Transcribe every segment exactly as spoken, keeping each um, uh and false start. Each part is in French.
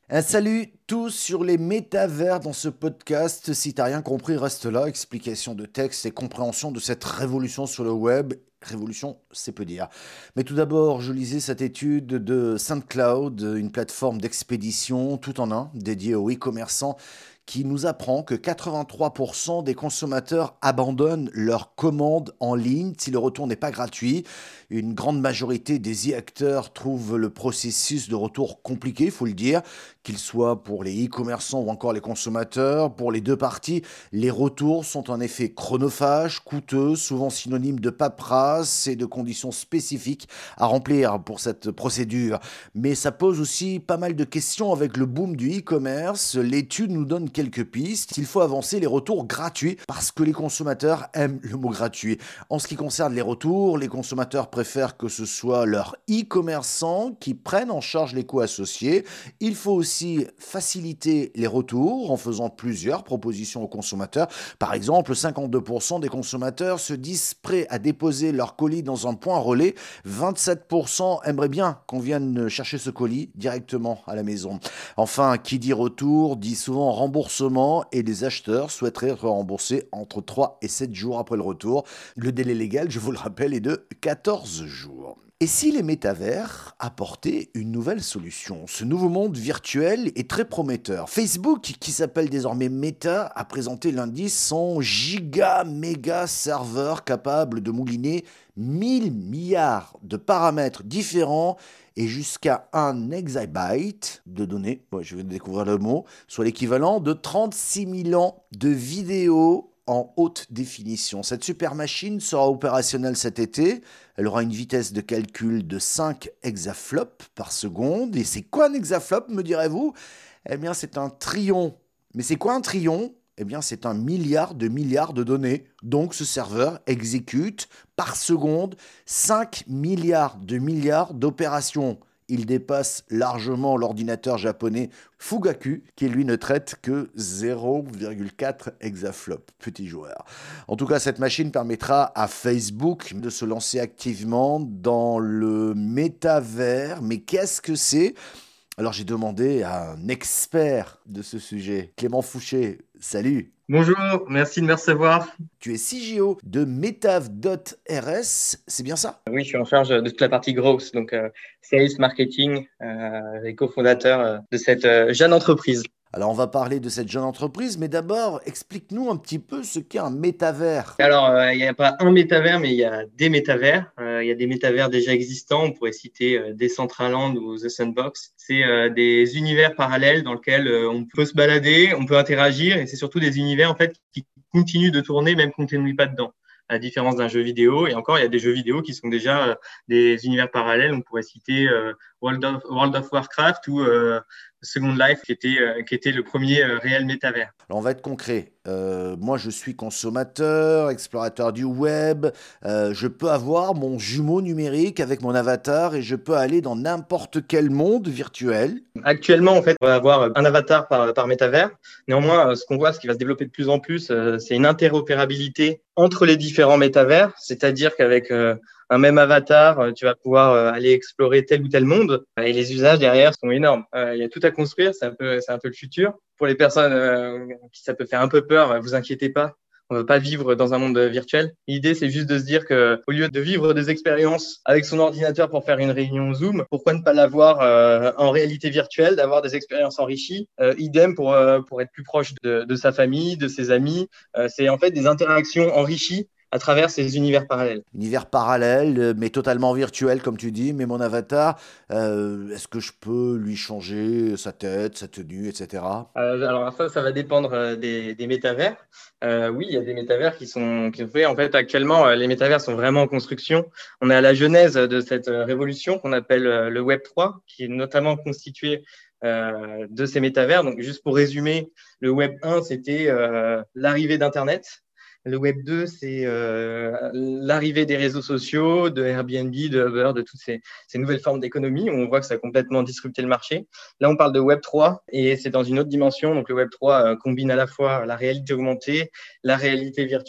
Un salut tous sur les métavers dans ce podcast. Si t'as rien compris, reste là. Explication de texte et compréhension de cette révolution sur le web. Révolution, c'est peu dire. Mais tout d'abord, je lisais cette étude de SoundCloud, une plateforme d'expédition tout en un dédiée aux e-commerçants qui nous apprend que quatre-vingt-trois pour cent des consommateurs abandonnent leurs commandes en ligne si le retour n'est pas gratuit. Une grande majorité des e-acteurs trouvent le processus de retour compliqué, il faut le dire, qu'il soit pour les e-commerçants ou encore les consommateurs. Pour les deux parties, les retours sont en effet chronophages, coûteux, souvent synonymes de paperasse et de conditions spécifiques à remplir pour cette procédure. Mais ça pose aussi pas mal de questions avec le boom du e-commerce. L'étude nous donne quelques pistes. Il faut avancer les retours gratuits parce que les consommateurs aiment le mot gratuit. En ce qui concerne les retours, les consommateurs préfèrent que ce soit leurs e-commerçants qui prennent en charge les coûts associés. Il faut aussi faciliter les retours en faisant plusieurs propositions aux consommateurs. Par exemple, cinquante-deux pour cent des consommateurs se disent prêts à déposer leur colis dans un point relais. vingt-sept pour cent aimeraient bien qu'on vienne chercher ce colis directement à la maison. Enfin, qui dit retour dit souvent remboursement et les acheteurs souhaiteraient être remboursés entre trois et sept jours après le retour. Le délai légal, je vous le rappelle, est de quatorze jours. Et si les métavers apportaient une nouvelle solution? Ce nouveau monde virtuel est très prometteur. Facebook, qui s'appelle désormais Meta, a présenté lundi son giga méga serveur capable de mouliner mille milliards de paramètres différents et jusqu'à un exabyte de données, ouais, je vais découvrir le mot, soit l'équivalent de trente-six mille ans de vidéos en haute définition. Cette super machine sera opérationnelle cet été. Elle aura une vitesse de calcul de cinq exaflops par seconde. Et c'est quoi un exaflop, me direz-vous? Eh bien, c'est un trillion. Mais c'est quoi un trillion? Eh bien, c'est un milliard de milliards de données. Donc, ce serveur exécute par seconde cinq milliards de milliards d'opérations. Il dépasse largement l'ordinateur japonais Fugaku, qui lui ne traite que zéro virgule quatre exaflops. Petit joueur. En tout cas, cette machine permettra à Facebook de se lancer activement dans le métavers. Mais qu'est-ce que c'est? Alors j'ai demandé à un expert de ce sujet, Clément Fouché. Salut! Bonjour, merci de me recevoir. Tu es C G O de Metav point R S, c'est bien ça? Oui, je suis en charge de toute la partie growth, donc euh, sales, marketing, euh, et cofondateur euh, de cette euh, jeune entreprise. Alors on va parler de cette jeune entreprise, mais d'abord explique-nous un petit peu ce qu'est un métavers. Alors, euh, il n'y a pas un métavers, mais il y a des métavers. Euh, il y a des métavers déjà existants. On pourrait citer euh, Decentraland ou The Sandbox. C'est euh, des univers parallèles dans lesquels euh, on peut se balader, on peut interagir, et c'est surtout des univers en fait qui continuent de tourner même quand on n'est pas dedans. À la différence d'un jeu vidéo, et encore, il y a des jeux vidéo qui sont déjà euh, des univers parallèles. On pourrait citer euh, World of, World of Warcraft ou euh, Second Life, qui était, euh, qui était le premier euh, réel métavers. Alors on va être concret. Euh, moi je suis consommateur, explorateur du web. Euh, je peux avoir mon jumeau numérique avec mon avatar et je peux aller dans n'importe quel monde virtuel. Actuellement, en fait, on va avoir un avatar par, par métavers. Néanmoins, ce qu'on voit, ce qui va se développer de plus en plus, euh, c'est une interopérabilité entre les différents métavers. C'est-à-dire qu'avec euh, un même avatar, euh, tu vas pouvoir euh, aller explorer tel ou tel monde. Et les usages derrière sont énormes. Euh, il y a tout à construire. C'est un peu, c'est un peu le futur. Pour les personnes euh, qui ça peut faire un peu peur, vous inquiétez pas. On ne veut pas vivre dans un monde virtuel. L'idée, c'est juste de se dire que, au lieu de vivre des expériences avec son ordinateur pour faire une réunion Zoom, pourquoi ne pas l'avoir euh, en réalité virtuelle, d'avoir des expériences enrichies. Euh, idem pour euh, pour être plus proche de, de sa famille, de ses amis. Euh, c'est en fait des interactions enrichies à travers ces univers parallèles. Univers parallèle, euh, mais totalement virtuel, comme tu dis. Mais mon avatar, euh, est-ce que je peux lui changer sa tête, sa tenue, et cetera. Euh, alors ça, ça va dépendre euh, des, des métavers. Euh, oui, il y a des métavers qui sont, qui sont faits. En fait, actuellement, euh, les métavers sont vraiment en construction. On est à la genèse de cette euh, révolution qu'on appelle euh, le Web trois, qui est notamment constitué euh, de ces métavers. Donc, juste pour résumer, le Web un, c'était euh, l'arrivée d'Internet. Le Web deux, c'est euh, l'arrivée des réseaux sociaux, de Airbnb, de Uber, de toutes ces, ces nouvelles formes d'économie où on voit que ça a complètement disrupté le marché. Là, on parle de Web trois et c'est dans une autre dimension. Donc, le Web trois euh, combine à la fois la réalité augmentée, la réalité virtuelle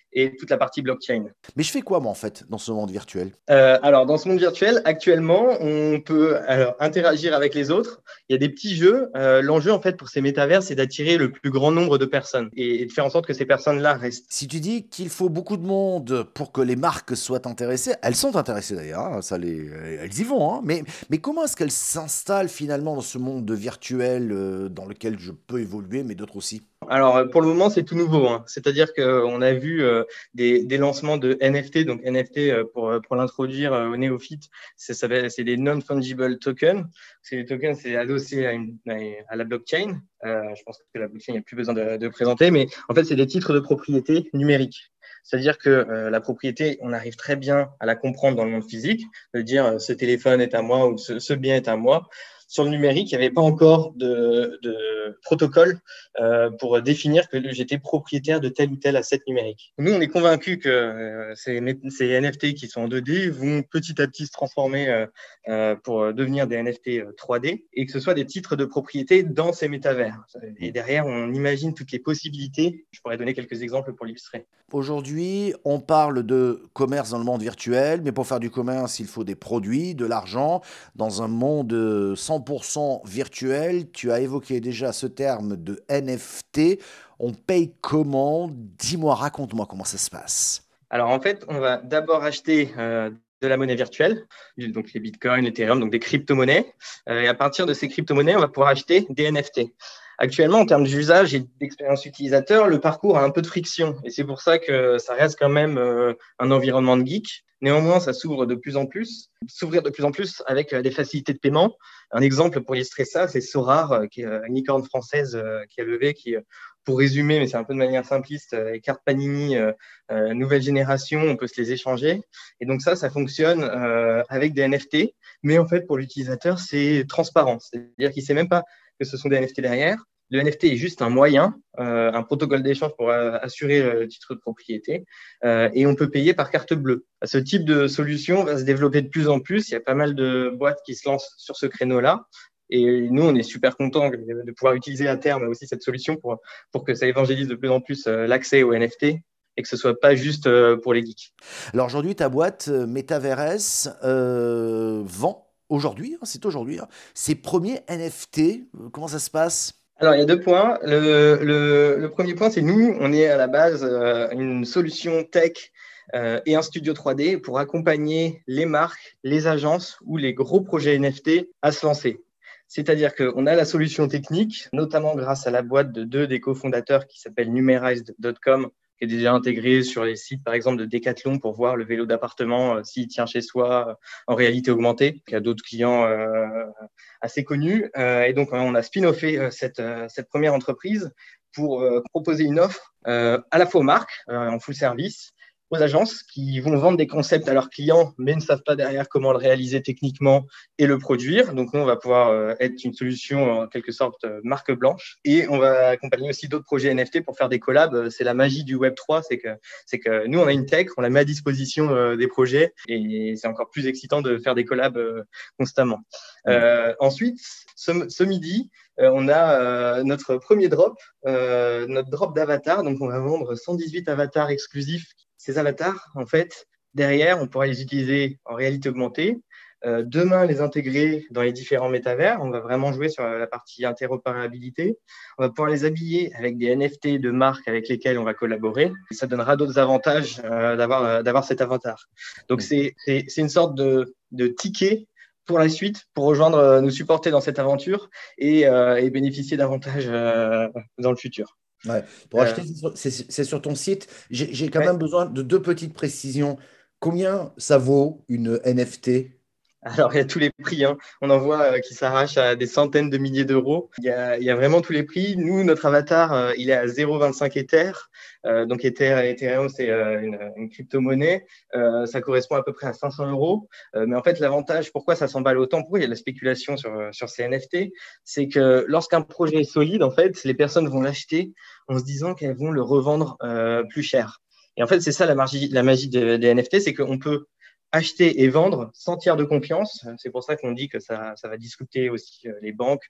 et toute la partie blockchain. Mais je fais quoi, moi, en fait, dans ce monde virtuel? Euh, alors, dans ce monde virtuel, actuellement, on peut alors, interagir avec les autres. Il y a des petits jeux. Euh, l'enjeu, en fait, pour ces métavers, c'est d'attirer le plus grand nombre de personnes et, et de faire en sorte que ces personnes-là restent. Si tu dis qu'il faut beaucoup de monde pour que les marques soient intéressées, elles sont intéressées d'ailleurs, hein, ça les, elles y vont, hein, mais, mais comment est-ce qu'elles s'installent finalement dans ce monde virtuel euh, dans lequel je peux évoluer, mais d'autres aussi? Alors, pour le moment, c'est tout nouveau, hein. C'est-à-dire qu'on a vu euh, des, des lancements de N F T. Donc, N F T, euh, pour, pour l'introduire euh, aux néophytes, c'est, ça va- c'est des non-fungible tokens. C'est des tokens, c'est adossé à, une, à la blockchain. Euh, je pense que la blockchain, il n'y a plus besoin de, de présenter, mais en fait, c'est des titres de propriété numériques. C'est-à-dire que euh, la propriété, on arrive très bien à la comprendre dans le monde physique, de dire euh, ce téléphone est à moi ou ce, ce bien est à moi. Sur le numérique, il n'y avait pas encore de, de protocole euh, pour définir que j'étais propriétaire de tel ou tel asset numérique. Nous, on est convaincus que euh, ces, ces N F T qui sont en deux D vont petit à petit se transformer euh, euh, pour devenir des N F T trois D et que ce soit des titres de propriété dans ces métavers. Et derrière, on imagine toutes les possibilités. Je pourrais donner quelques exemples pour l'illustrer. Aujourd'hui, on parle de commerce dans le monde virtuel, mais pour faire du commerce, il faut des produits, de l'argent. Dans un monde cent pour cent virtuel, tu as évoqué déjà ce terme de N F T. On paye comment? Dis-moi, raconte-moi comment ça se passe. Alors en fait, on va d'abord acheter euh, de la monnaie virtuelle, donc les bitcoins, l'Ethereum, donc des crypto-monnaies. Euh, et à partir de ces crypto-monnaies, on va pouvoir acheter des N F T. Actuellement, en termes d'usage et d'expérience utilisateur, le parcours a un peu de friction. Et c'est pour ça que ça reste quand même euh, un environnement de geek. Néanmoins, ça s'ouvre de plus en plus, s'ouvrir de plus en plus avec euh, des facilités de paiement. Un exemple pour illustrer ça, c'est Sorar, euh, qui est une licorne française euh, qui a levé, qui, euh, pour résumer, mais c'est un peu de manière simpliste, euh, les cartes Panini euh, euh, nouvelle génération, on peut se les échanger. Et donc ça, ça fonctionne euh, avec des N F T. Mais en fait, pour l'utilisateur, c'est transparent. C'est-à-dire qu'il ne sait même pas que ce sont des N F T derrière. Le N F T est juste un moyen, euh, un protocole d'échange pour euh, assurer le titre de propriété, euh, et on peut payer par carte bleue. Ce type de solution va se développer de plus en plus. Il y a pas mal de boîtes qui se lancent sur ce créneau-là. Et nous, on est super contents de pouvoir utiliser à terme aussi cette solution pour, pour que ça évangélise de plus en plus l'accès aux N F T et que ce soit pas juste pour les geeks. Alors aujourd'hui, ta boîte euh, Metaverse euh, vend aujourd'hui, hein, c'est aujourd'hui, hein, ses premiers N F T. Euh, Comment ça se passe? Alors, il y a deux points. Le, le, le premier point, c'est nous, on est à la base euh, une solution tech euh, et un studio trois D pour accompagner les marques, les agences ou les gros projets N F T à se lancer. C'est-à-dire qu'on a la solution technique, notamment grâce à la boîte de deux des cofondateurs qui s'appelle numerized point com, qui est déjà intégré sur les sites, par exemple, de Decathlon pour voir le vélo d'appartement euh, s'il tient chez soi euh, en réalité augmentée. Il y a d'autres clients euh, assez connus. Euh, et donc, on a spin-offé euh, cette, euh, cette première entreprise pour euh, proposer une offre euh, à la fois aux marques euh, en full service, aux agences qui vont vendre des concepts à leurs clients, mais ne savent pas derrière comment le réaliser techniquement et le produire. Donc, nous, on va pouvoir euh, être une solution en quelque sorte euh, marque blanche. Et on va accompagner aussi d'autres projets N F T pour faire des collabs. C'est la magie du Web trois, c'est que, c'est que nous, on a une tech, on la met à disposition euh, des projets et c'est encore plus excitant de faire des collabs euh, constamment. Euh, ensuite, ce, ce midi, euh, on a euh, notre premier drop, euh, notre drop d'avatar. Donc, on va vendre cent dix-huit avatars exclusifs. Ces avatars, en fait, derrière, on pourra les utiliser en réalité augmentée. Euh, demain, les intégrer dans les différents métavers. On va vraiment jouer sur la partie interopérabilité. On va pouvoir les habiller avec des N F T de marques avec lesquelles on va collaborer. Et ça donnera d'autres avantages euh, d'avoir, euh, d'avoir cet avatar. Donc, c'est, c'est, c'est une sorte de, de ticket pour la suite, pour rejoindre, euh, nous supporter dans cette aventure et, euh, et bénéficier davantage euh, dans le futur. Ouais. Pour Euh, acheter, c'est sur, c'est- c'est sur ton site. J'ai j'ai quand ouais. même besoin de deux petites précisions. Combien ça vaut une N F T? Alors, il y a tous les prix, hein. On en voit euh, qui s'arrachent à des centaines de milliers d'euros. Il y a, il y a vraiment tous les prix. Nous, notre avatar, euh, il est à zéro virgule vingt-cinq Ether. Euh, donc, Ether, Ethereum, c'est euh, une, une crypto-monnaie. Euh, ça correspond à peu près à cinq cents euros. Euh, mais en fait, l'avantage, pourquoi ça s'emballe autant, pourquoi il y a de la spéculation sur, sur ces N F T, c'est que lorsqu'un projet est solide, en fait, les personnes vont l'acheter en se disant qu'elles vont le revendre euh, plus cher. Et en fait, c'est ça la magie, la magie des, des N F T, c'est qu'on peut acheter et vendre sans tiers de confiance. C'est pour ça qu'on dit que ça, ça va discuter aussi les banques. Pourquoi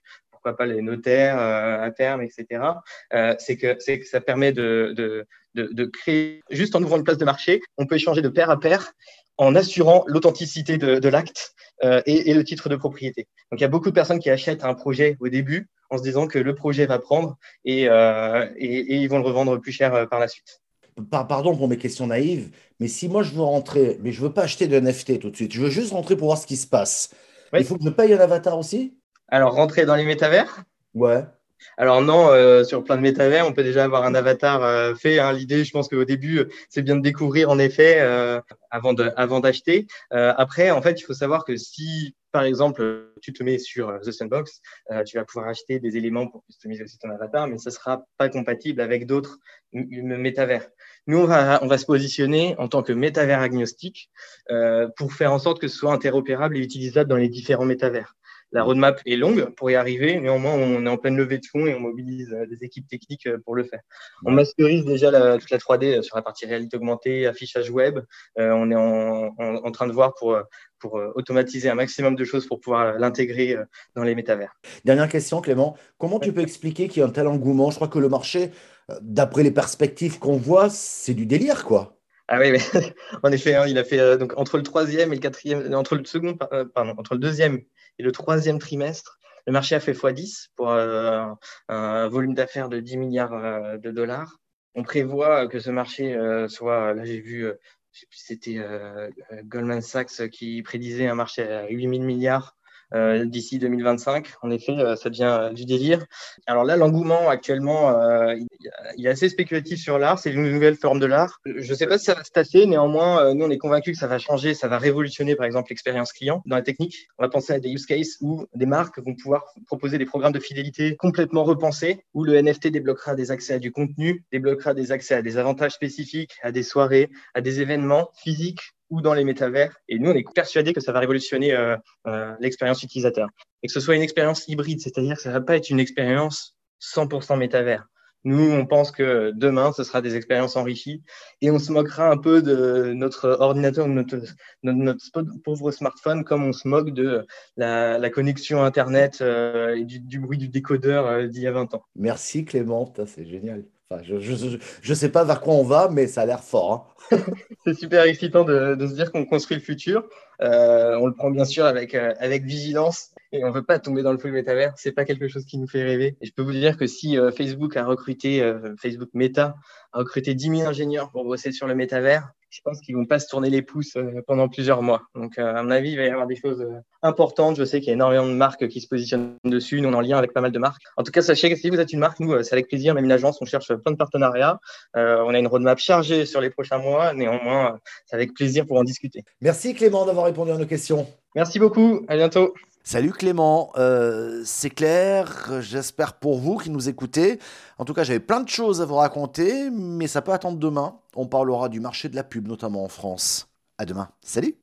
pourquoi pas les notaires euh, à terme, et cetera. Euh, c'est que c'est que ça permet de, de de de créer juste en ouvrant une place de marché, on peut échanger de pair à pair en assurant l'authenticité de, de l'acte euh, et, et le titre de propriété. Donc il y a beaucoup de personnes qui achètent un projet au début en se disant que le projet va prendre et euh, et, et ils vont le revendre plus cher euh, par la suite. Par- Pardon pour mes questions naïves, mais si moi je veux rentrer, mais je veux pas acheter de N F T tout de suite, je veux juste rentrer pour voir ce qui se passe. Il Oui. faut que je paye un avatar aussi? Alors rentrer dans les métavers. Ouais. Alors non, euh, sur plein de métavers, on peut déjà avoir un avatar euh, fait. Hein. L'idée, je pense qu'au début, euh, c'est bien de découvrir en effet euh, avant de, avant d'acheter. Euh, après, en fait, il faut savoir que si, par exemple, tu te mets sur euh, The Sandbox, euh, tu vas pouvoir acheter des éléments pour customiser aussi ton avatar, mais ce sera pas compatible avec d'autres m- m- métavers. Nous, on va, on va se positionner en tant que métavers agnostique euh, pour faire en sorte que ce soit interopérable et utilisable dans les différents métavers. La roadmap est longue pour y arriver. Néanmoins, on est en pleine levée de fonds et on mobilise euh, des équipes techniques euh, pour le faire. On Ouais. masterise déjà la, toute la trois D sur la partie réalité augmentée, affichage web. Euh, on est en, en, en train de voir pour, pour automatiser un maximum de choses pour pouvoir l'intégrer euh, dans les métavers. Dernière question, Clément. Comment tu Ouais. peux expliquer qu'il y a un tel engouement? Je crois que le marché, euh, d'après les perspectives qu'on voit, c'est du délire, quoi. Ah oui, mais en effet, hein, il a fait euh, donc entre le troisième et le quatrième, entre le second, euh, pardon, entre le deuxième et le troisième trimestre, le marché a fait fois dix pour euh, un volume d'affaires de dix milliards euh, de dollars. On prévoit que ce marché euh, soit, là j'ai vu, euh, je sais plus si c'était euh, Goldman Sachs qui prédisait un marché à huit mille milliards euh, d'ici deux mille vingt-cinq. En effet, euh, ça devient euh, du délire. Alors là, l'engouement actuellement, euh, il est assez spéculatif sur l'art, c'est une nouvelle forme de l'art. Je ne sais pas si ça va se tasser, néanmoins, euh, nous, on est convaincus que ça va changer, ça va révolutionner, par exemple, l'expérience client dans la technique. On va penser à des use cases où des marques vont pouvoir proposer des programmes de fidélité complètement repensés, où le N F T débloquera des accès à du contenu, débloquera des accès à des avantages spécifiques, à des soirées, à des événements physiques ou dans les métavers. Et nous, on est persuadés que ça va révolutionner euh, euh, l'expérience utilisateur. Et que ce soit une expérience hybride, c'est-à-dire que ça ne va pas être une expérience cent pour cent métavers. Nous, on pense que demain, ce sera des expériences enrichies et on se moquera un peu de notre ordinateur, de notre, notre, notre pauvre smartphone, comme on se moque de la, la connexion Internet euh, et du, du bruit du décodeur euh, d'il y a vingt ans. Merci, Clément. Putain, c'est génial. Enfin, je, je, je, je sais pas vers quoi on va, mais ça a l'air fort, hein. C'est super excitant de, de se dire qu'on construit le futur. Euh, on le prend bien sûr avec, euh, avec vigilance et on ne veut pas tomber dans le full métavers. C'est pas quelque chose qui nous fait rêver. Et je peux vous dire que si euh, Facebook a recruté, euh, Facebook Meta a recruté dix mille ingénieurs pour bosser sur le métavers, je pense qu'ils vont pas se tourner les pouces euh, pendant plusieurs mois. Donc, euh, à mon avis, il va y avoir des choses euh, importantes. Je sais qu'il y a énormément de marques qui se positionnent dessus. Nous, on est en lien avec pas mal de marques. En tout cas, sachez que si vous êtes une marque, nous, euh, c'est avec plaisir. Même une agence, on cherche plein de partenariats. Euh, on a une roadmap chargée sur les prochains mois. Néanmoins, euh, c'est avec plaisir pour en discuter. Merci, Clément, d'avoir répondu à nos questions. Merci beaucoup. À bientôt. Salut Clément, euh, c'est clair, j'espère pour vous qui nous écoutez. En tout cas, j'avais plein de choses à vous raconter, mais ça peut attendre demain. On parlera du marché de la pub, notamment en France. À demain. Salut!